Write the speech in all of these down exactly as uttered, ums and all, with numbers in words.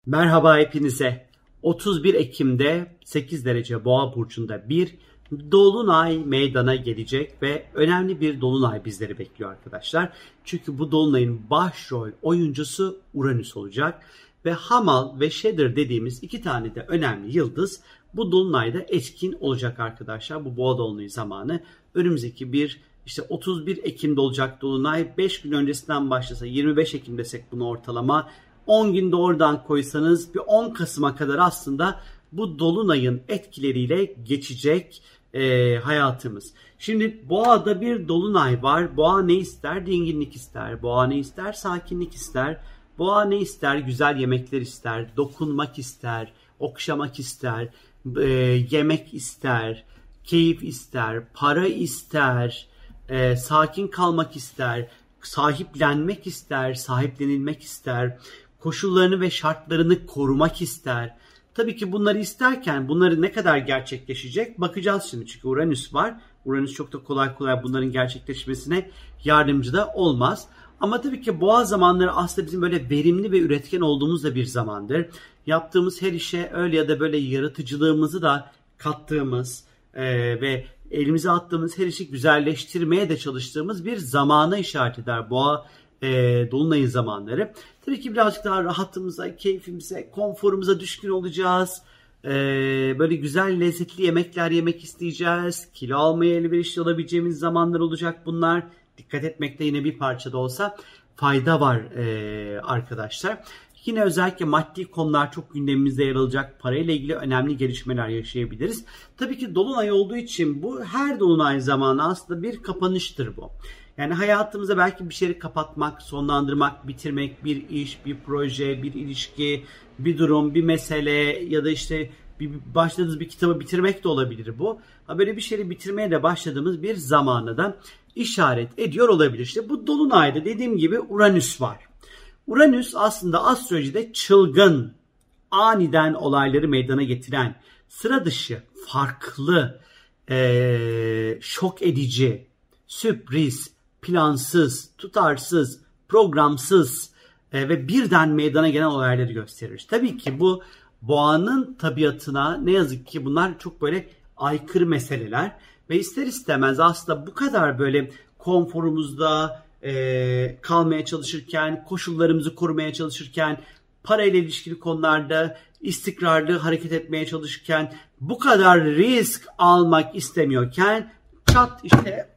Merhaba hepinize. otuz bir Ekim'de sekiz derece Boğa burcunda bir dolunay meydana gelecek ve önemli bir dolunay bizleri bekliyor arkadaşlar. Çünkü bu dolunayın başrol oyuncusu Uranüs olacak ve Hamal ve Şedir dediğimiz iki tane de önemli yıldız bu dolunayda etkin olacak arkadaşlar. Bu Boğa dolunayı zamanı önümüzdeki bir işte otuz bir Ekim'de olacak dolunay, beş gün öncesinden başlasa yirmi beş Ekim desek bunu ortalama, on günde oradan koysanız bir on Kasım'a kadar aslında bu dolunayın etkileriyle geçecek e, hayatımız. Şimdi Boğa'da bir dolunay var. Boğa ne ister? Dinginlik ister. Boğa ne ister? Sakinlik ister. Boğa ne ister? Güzel yemekler ister. Dokunmak ister. Okşamak ister. E, yemek ister. Keyif ister. Para ister. E, sakin kalmak ister. Sahiplenmek ister. Sahiplenilmek ister. Koşullarını ve şartlarını korumak ister. Tabii ki bunları isterken bunları ne kadar gerçekleşecek bakacağız şimdi. Çünkü Uranüs var. Uranüs çok da kolay kolay bunların gerçekleşmesine yardımcı da olmaz. Ama tabii ki Boğa zamanları aslında bizim böyle verimli ve üretken olduğumuz da bir zamandır. Yaptığımız her işe öyle ya da böyle yaratıcılığımızı da kattığımız e, ve elimize attığımız her işi güzelleştirmeye de çalıştığımız bir zamana işaret eder Boğa e, dolunayın zamanları. Tabii ki birazcık daha rahatımıza, keyfimize, konforumuza düşkün olacağız. Ee, böyle güzel, lezzetli yemekler yemek isteyeceğiz. Kilo almaya elverişli olabileceğimiz zamanlar olacak bunlar. Dikkat etmekte yine bir parça da olsa fayda var ee, arkadaşlar. Yine özellikle maddi konular çok gündemimizde yer alacak. Parayla ilgili önemli gelişmeler yaşayabiliriz. Tabii ki dolunay olduğu için bu her dolunay zamanı aslında bir kapanıştır bu. Yani hayatımıza belki bir şeyleri kapatmak, sonlandırmak, bitirmek, bir iş, bir proje, bir ilişki, bir durum, bir mesele ya da işte bir başladığımız bir kitabı bitirmek de olabilir bu. Böyle bir şeyleri bitirmeye de başladığımız bir zamanı da işaret ediyor olabilir. İşte bu dolunayda dediğim gibi Uranüs var. Uranüs aslında astrolojide çılgın, aniden olayları meydana getiren, sıra dışı, farklı, ee, şok edici, sürpriz, plansız, tutarsız, programsız e, ve birden meydana gelen olayları gösterir. Tabii ki bu Boğanın tabiatına ne yazık ki bunlar çok böyle aykırı meseleler ve ister istemez aslında bu kadar böyle konforumuzda e, kalmaya çalışırken, koşullarımızı korumaya çalışırken, parayla ilişkili konularda istikrarlı hareket etmeye çalışırken, bu kadar risk almak istemiyorken çat işte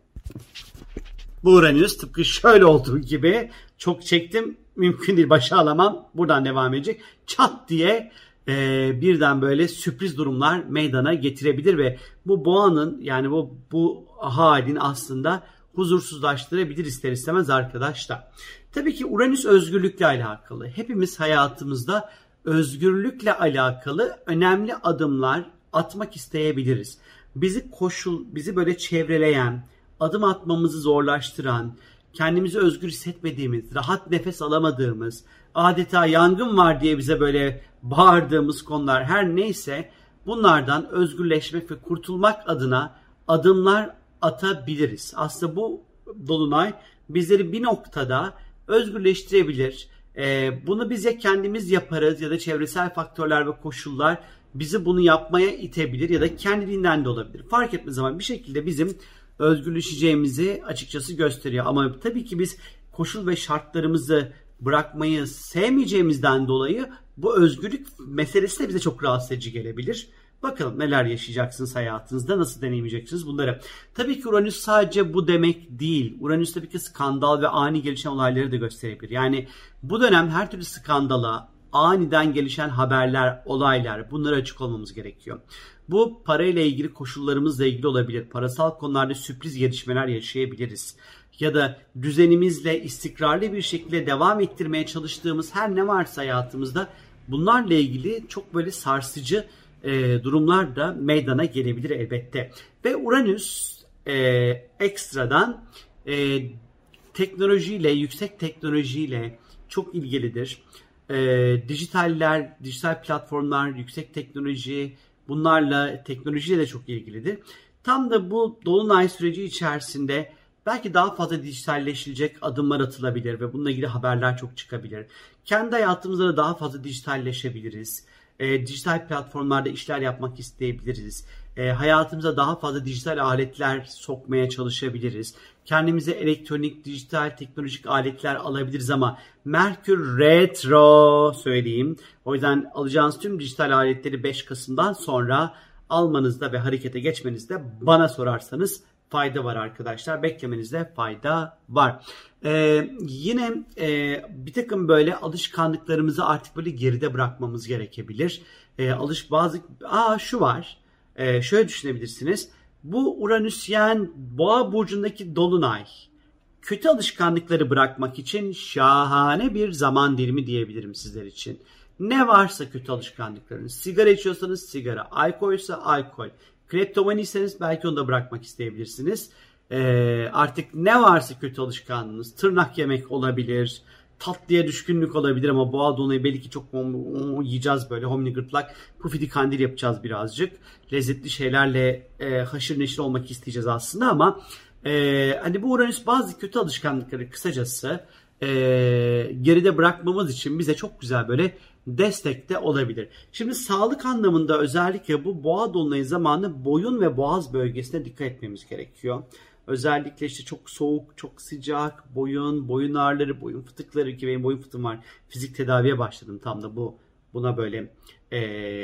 bu Uranüs tıpkı şöyle olduğu gibi çok çektim mümkün değil başa alamam buradan devam edecek çat diye e, birden böyle sürpriz durumlar meydana getirebilir ve bu boğanın yani bu bu halin aslında huzursuzlaştırabilir ister istemez arkadaşlar. Tabii ki Uranüs özgürlükle alakalı. Hepimiz hayatımızda özgürlükle alakalı önemli adımlar atmak isteyebiliriz. Bizi koşul, bizi böyle çevreleyen, adım atmamızı zorlaştıran, kendimizi özgür hissetmediğimiz, rahat nefes alamadığımız, adeta yangın var diye bize böyle bağırdığımız konular her neyse bunlardan özgürleşmek ve kurtulmak adına adımlar atabiliriz. Aslında bu dolunay bizleri bir noktada özgürleştirebilir. Ee, bunu biz ya kendimiz yaparız ya da çevresel faktörler ve koşullar bizi bunu yapmaya itebilir ya da kendiliğinden de olabilir. Fark etmez ama bir şekilde bizim özgürleşeceğimizi açıkçası gösteriyor. Ama tabii ki biz koşul ve şartlarımızı bırakmayı sevmeyeceğimizden dolayı bu özgürlük meselesi de bize çok rahatsız edici gelebilir. Bakalım neler yaşayacaksınız hayatınızda, nasıl deneyimleyeceksiniz bunları. Tabii ki Uranüs sadece bu demek değil. Uranüs tabii ki skandal ve ani gelişen olayları da gösterebilir. Yani bu dönem her türlü skandala, aniden gelişen haberler, olaylar bunlara açık olmamız gerekiyor. Bu parayla ilgili koşullarımızla ilgili olabilir. Parasal konularda sürpriz gelişmeler yaşayabiliriz. Ya da düzenimizle istikrarlı bir şekilde devam ettirmeye çalıştığımız her ne varsa hayatımızda bunlarla ilgili çok böyle sarsıcı e, durumlar da meydana gelebilir elbette. Ve Uranüs e, ekstradan e, teknolojiyle, yüksek teknolojiyle çok ilgilidir. E, dijitaller, dijital platformlar, yüksek teknoloji bunlarla teknolojiyle de çok ilgilidir. Tam da bu dolunay süreci içerisinde belki daha fazla dijitalleşilecek adımlar atılabilir ve bununla ilgili haberler çok çıkabilir. Kendi hayatımızda da daha fazla dijitalleşebiliriz. E, dijital platformlarda işler yapmak isteyebiliriz. E, hayatımıza daha fazla dijital aletler sokmaya çalışabiliriz. Kendimize elektronik, dijital, teknolojik aletler alabiliriz ama Merkür Retro söyleyeyim. O yüzden alacağınız tüm dijital aletleri beş Kasım'dan sonra almanızda ve harekete geçmenizde bana sorarsanız fayda var arkadaşlar. Beklemenizde fayda var. Ee, yine e, bir takım böyle alışkanlıklarımızı artık böyle geride bırakmamız gerekebilir. Ee, alış bazı aa şu var. Ee, şöyle düşünebilirsiniz. Bu Uranüsyen Boğa burcundaki dolunay kötü alışkanlıkları bırakmak için şahane bir zaman dilimi diyebilirim sizler için. Ne varsa kötü alışkanlıklarınız. Sigara içiyorsanız sigara, alkolse alkol. Kleptomaniyseniz belki onu da bırakmak isteyebilirsiniz. Ee, artık ne varsa kötü alışkanlığınız. Tırnak yemek olabilir. Tatlıya düşkünlük olabilir ama boğa dolunayı belki çok yiyeceğiz böyle. Homini gırtlak, pufidi kandil yapacağız birazcık. Lezzetli şeylerle e, haşır neşir olmak isteyeceğiz aslında ama e, hani bu Uranüs bazı kötü alışkanlıkları kısacası e, geride bırakmamız için bize çok güzel böyle destekte olabilir. Şimdi sağlık anlamında özellikle bu boğa dolunayı zamanı boyun ve boğaz bölgesine dikkat etmemiz gerekiyor. Özellikle işte çok soğuk, çok sıcak, boyun, boyun ağrıları, boyun fıtıkları ki benim boyun fıtığım var. Fizik tedaviye başladım tam da bu buna böyle e,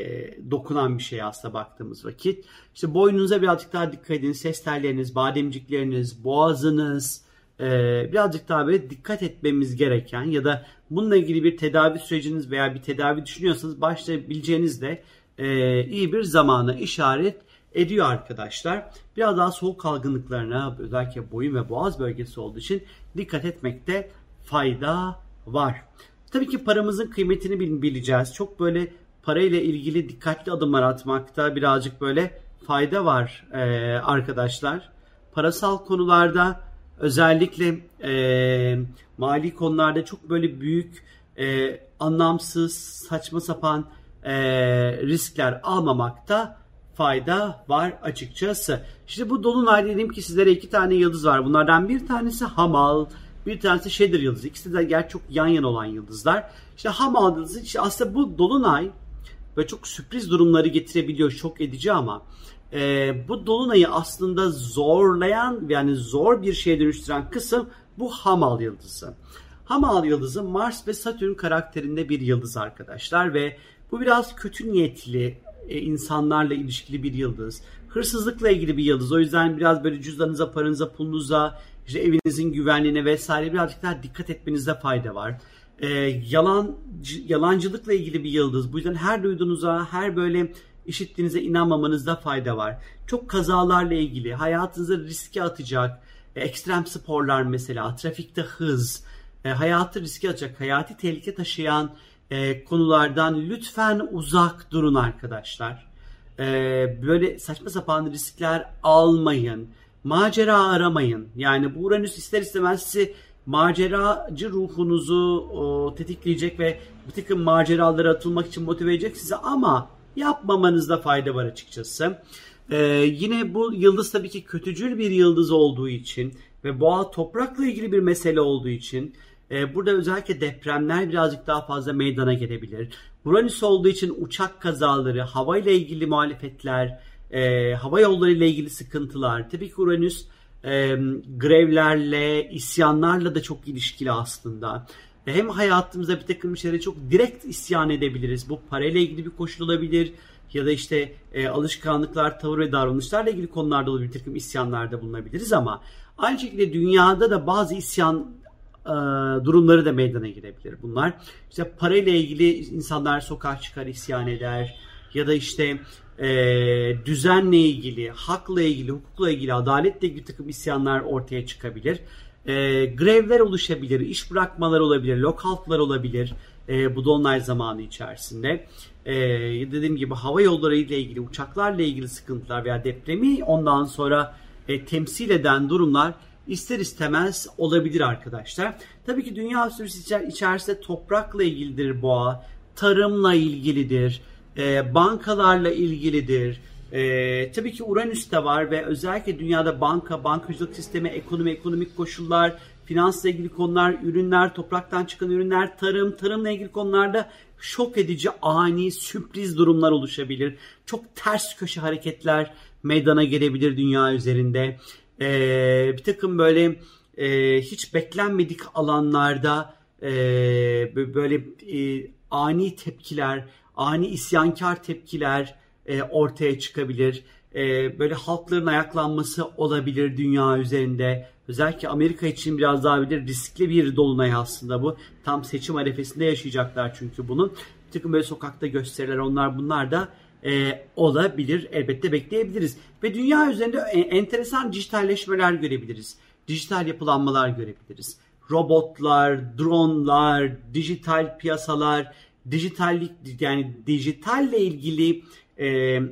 dokunan bir şey aslında baktığımız vakit. İşte boynunuza birazcık daha dikkat edin. Ses telleriniz, bademcikleriniz, boğazınız, birazcık daha böyle dikkat etmemiz gereken ya da bununla ilgili bir tedavi süreciniz veya bir tedavi düşünüyorsanız başlayabileceğiniz de e, iyi bir zamana işaret ediyor arkadaşlar. Biraz daha soğuk algınlıklarına özellikle boyun ve boğaz bölgesi olduğu için dikkat etmekte fayda var. Tabii ki paramızın kıymetini bileceğiz. Çok böyle parayla ilgili dikkatli adımlar atmakta birazcık böyle fayda var e, arkadaşlar. Parasal konularda özellikle e, mali konularda çok böyle büyük, e, anlamsız, saçma sapan e, riskler almamakta fayda var açıkçası. İşte bu dolunay dedim ki sizlere iki tane yıldız var. Bunlardan bir tanesi Hamal, bir tanesi Şedir yıldızı. İkisi de gerçi çok yan yana olan yıldızlar. İşte Hamal yıldızı işte aslında bu dolunay böyle çok sürpriz durumları getirebiliyor, şok edici ama Ee, bu dolunayı aslında zorlayan yani zor bir şeye dönüştüren kısım bu Hamal yıldızı. Hamal yıldızı Mars ve Satürn karakterinde bir yıldız arkadaşlar ve bu biraz kötü niyetli e, insanlarla ilişkili bir yıldız. Hırsızlıkla ilgili bir yıldız. O yüzden biraz böyle cüzdanınıza, paranıza, pulunuza, işte evinizin güvenliğine vesaire birazcık daha dikkat etmenizde fayda var. Ee, yalan yalancılıkla ilgili bir yıldız. Bu yüzden her duyduğunuza, her böyle işittiğinize inanmamanızda fayda var. Çok kazalarla ilgili, hayatınızı riske atacak, e, ekstrem sporlar mesela, trafikte hız, e, hayatı riske atacak, hayati tehlike taşıyan e, konulardan lütfen uzak durun arkadaşlar. E, böyle saçma sapan riskler almayın. Macera aramayın. Yani bu Uranüs ister istemez sizi maceracı ruhunuzu o, tetikleyecek ve bir takım maceralara atılmak için motive edecek size ama yapmamanızda fayda var açıkçası. Ee, yine bu yıldız tabii ki kötücül bir yıldız olduğu için ve boğa toprakla ilgili bir mesele olduğu için e, burada özellikle depremler birazcık daha fazla meydana gelebilir. Uranüs olduğu için uçak kazaları, havayla ilgili muhalefetler, e, hava yolları ile ilgili sıkıntılar. Tabii ki Uranüs e, grevlerle, isyanlarla da çok ilişkili aslında. Hem hayatımızda bir takım şeylere çok direkt isyan edebiliriz. Bu parayla ilgili bir koşul olabilir ya da işte e, alışkanlıklar, tavır ve davranışlarla ilgili konularda olabilir. Bir takım isyanlarda bulunabiliriz ama aynı şekilde dünyada da bazı isyan e, durumları da meydana gelebilir bunlar. İşte parayla ilgili insanlar sokağa çıkar, isyan eder ya da işte e, düzenle ilgili, hakla ilgili, hukukla ilgili, adaletle ilgili bir takım isyanlar ortaya çıkabilir. E, grevler oluşabilir, iş bırakmalar olabilir, lockoutlar olabilir e, bu dolunay zamanı içerisinde. E, dediğim gibi hava yolları ile ilgili, uçaklarla ilgili sıkıntılar veya depremi ondan sonra e, temsil eden durumlar ister istemez olabilir arkadaşlar. Tabii ki dünya astrolojisi içerisinde toprakla ilgilidir boğa, tarımla ilgilidir, e, bankalarla ilgilidir, Ee, tabii ki Uranüs de var ve özellikle dünyada banka, bankacılık sistemi, ekonomi, ekonomik koşullar, finansla ilgili konular, ürünler, topraktan çıkan ürünler, tarım, tarımla ilgili konularda şok edici, ani, sürpriz durumlar oluşabilir. Çok ters köşe hareketler meydana gelebilir dünya üzerinde. Ee, bir takım böyle e, hiç beklenmedik alanlarda e, böyle e, ani tepkiler, ani isyankar tepkiler e, ortaya çıkabilir. E, böyle halkların ayaklanması olabilir dünya üzerinde. Özellikle Amerika için biraz daha bir riskli bir dolunay aslında bu. Tam seçim arifesinde yaşayacaklar çünkü bunun. Bir takım böyle sokakta gösteriler, onlar bunlar da e, olabilir. Elbette bekleyebiliriz. Ve dünya üzerinde enteresan dijitalleşmeler görebiliriz. Dijital yapılanmalar görebiliriz. Robotlar, dronlar, dijital piyasalar, dijitallik, yani dijitalle ilgili e,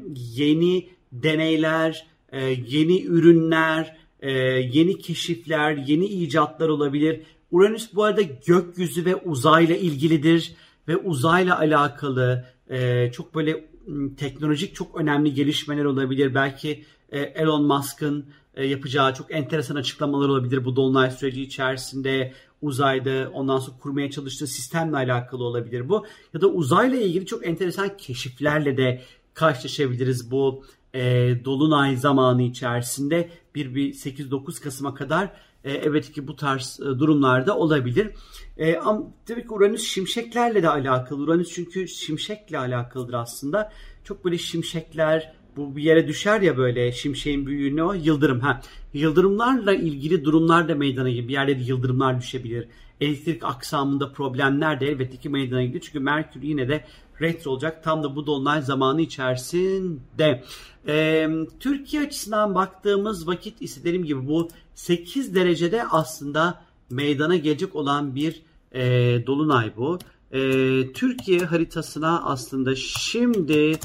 yeni deneyler, e, yeni ürünler, e, yeni keşifler, yeni icatlar olabilir. Uranüs bu arada gökyüzü ve uzayla ilgilidir ve uzayla alakalı e, çok böyle teknolojik çok önemli gelişmeler olabilir. Belki e, Elon Musk'ın e, yapacağı çok enteresan açıklamalar olabilir bu dolunay süreci içerisinde. Uzayda ondan sonra kurmaya çalıştığı sistemle alakalı olabilir bu. Ya da uzayla ilgili çok enteresan keşiflerle de karşılaşabiliriz bu e, dolunay zamanı içerisinde. bir, bir sekiz dokuz Kasım'a kadar e, evet ki bu tarz e, durumlarda olabilir. E, ama tabii ki Uranüs şimşeklerle de alakalı. Uranüs çünkü şimşekle alakalıdır aslında. Çok böyle şimşekler, bu bir yere düşer ya böyle şimşeğin büyüğünü, o yıldırım. Ha, yıldırımlarla ilgili durumlar da meydana geliyor. Bir yerde de yıldırımlar düşebilir. Elektrik aksamında problemler de elbette ki meydana geliyor. Çünkü Merkür yine de retro olacak. Tam da bu dolunay zamanı içerisinde. Ee, Türkiye açısından baktığımız vakit ise dediğim gibi bu sekiz derecede aslında meydana gelecek olan bir e, dolunay bu. E, Türkiye haritasına aslında şimdi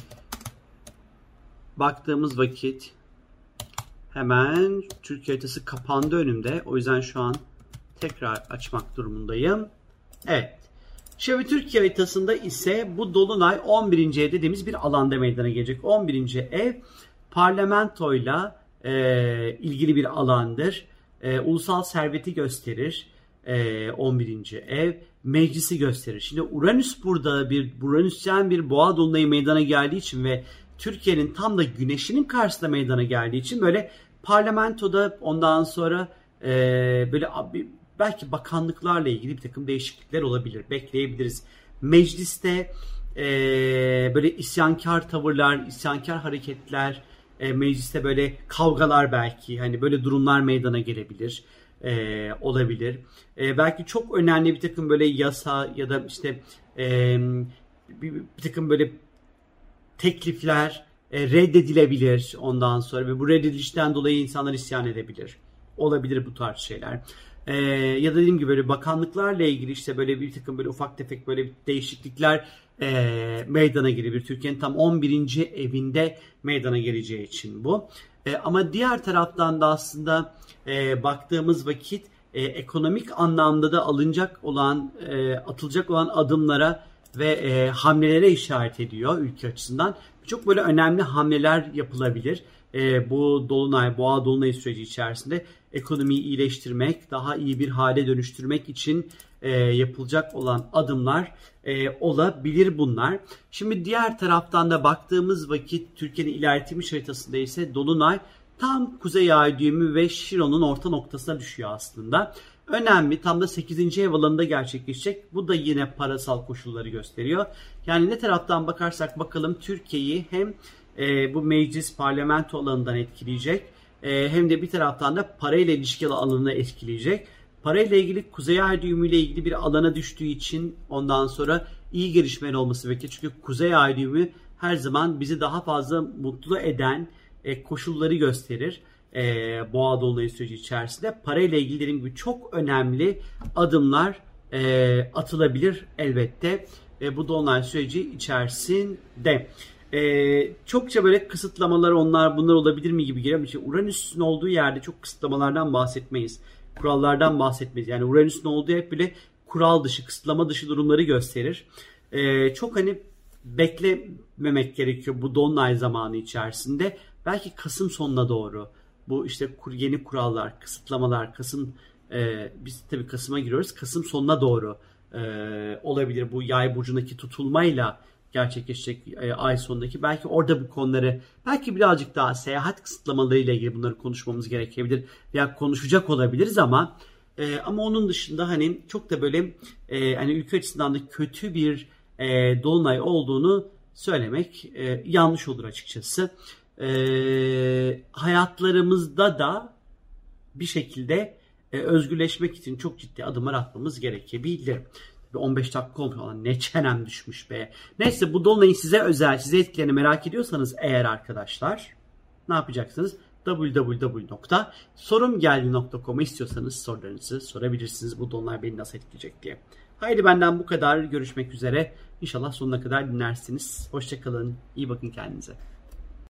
baktığımız vakit hemen Türkiye haritası kapandı önümde. O yüzden şu an tekrar açmak durumundayım. Evet. Şimdi Türkiye haritasında ise bu dolunay on birinci ev dediğimiz bir alanda meydana gelecek. on birinci ev parlamentoyla e, ilgili bir alandır. E, ulusal serveti gösterir. E, on birinci ev meclisi gösterir. Şimdi Uranüs burada bir Uranüsyen bir boğa dolunayı meydana geldiği için ve Türkiye'nin tam da güneşinin karşısında meydana geldiği için böyle parlamentoda ondan sonra e, böyle belki bakanlıklarla ilgili bir takım değişiklikler olabilir. Bekleyebiliriz. Mecliste e, böyle isyankar tavırlar, isyankar hareketler, e, mecliste böyle kavgalar belki, hani böyle durumlar meydana gelebilir. E, olabilir. E, belki çok önemli bir takım böyle yasa ya da işte e, bir, bir takım böyle teklifler e, reddedilebilir ondan sonra ve bu reddedilişten dolayı insanlar isyan edebilir. Olabilir bu tarz şeyler. E, ya da dediğim gibi böyle bakanlıklarla ilgili işte böyle bir takım böyle ufak tefek böyle değişiklikler e, meydana gelebilir. Türkiye'nin tam on birinci evinde meydana geleceği için bu. E, ama diğer taraftan da aslında e, baktığımız vakit e, ekonomik anlamda da alınacak olan, e, atılacak olan adımlara ve e, hamlelere işaret ediyor ülke açısından. Çok böyle önemli hamleler yapılabilir. E, bu dolunay, boğa dolunay süreci içerisinde ekonomiyi iyileştirmek, daha iyi bir hale dönüştürmek için e, yapılacak olan adımlar e, olabilir bunlar. Şimdi diğer taraftan da baktığımız vakit Türkiye'nin ilerletilmiş haritasında ise dolunay tam kuzey ay düğümü ve Şiron'un orta noktasına düşüyor aslında. Önemli, tam da sekizinci ev alanında gerçekleşecek. Bu da yine parasal koşulları gösteriyor. Yani ne taraftan bakarsak bakalım Türkiye'yi hem e, bu meclis parlamento alanından etkileyecek e, hem de bir taraftan da parayla ilişkili alanını etkileyecek. Parayla ilgili kuzey ay düğümüyle ilgili bir alana düştüğü için ondan sonra iyi gelişmeler olması bekliyor. Çünkü kuzey ay düğümü her zaman bizi daha fazla mutlu eden e, koşulları gösterir. E, boğa dolunay süreci içerisinde parayla ilgili dediğim gibi çok önemli adımlar e, atılabilir elbette e, bu dolunay süreci içerisinde. E, çokça böyle kısıtlamalar onlar bunlar olabilir mi gibi geliyor. İşte Uranüs'ün olduğu yerde çok kısıtlamalardan bahsetmeyiz. Kurallardan bahsetmeyiz. Yani Uranüs'ün olduğu hep bile kural dışı, kısıtlama dışı durumları gösterir. E, çok hani beklememek gerekiyor bu dolunay zamanı içerisinde. Belki Kasım sonuna doğru bu işte yeni kurallar, kısıtlamalar, Kasım e, biz tabii Kasım'a giriyoruz. Kasım sonuna doğru e, olabilir bu yay burcundaki tutulmayla gerçekleşecek e, ay sonundaki. Belki orada bu konuları, belki birazcık daha seyahat kısıtlamalarıyla ilgili bunları konuşmamız gerekebilir veya konuşacak olabiliriz ama e, ama onun dışında hani çok da böyle e, hani ülke açısından da kötü bir e, dolunay olduğunu söylemek e, yanlış olur açıkçası. E, hayatlarımızda da bir şekilde e, özgürleşmek için çok ciddi adımlar atmamız gerekebilir. on beş dakika olmuş falan, ne çenem düşmüş be. Neyse, bu dolunayın size özel, size etkilerini merak ediyorsanız eğer arkadaşlar ne yapacaksınız? double-u double-u double-u nokta sorumgeldi nokta com'a istiyorsanız sorularınızı sorabilirsiniz. Bu dolunay beni nasıl etkileyecek diye. Haydi benden bu kadar. Görüşmek üzere. İnşallah sonuna kadar dinlersiniz. Hoşça kalın. İyi bakın kendinize.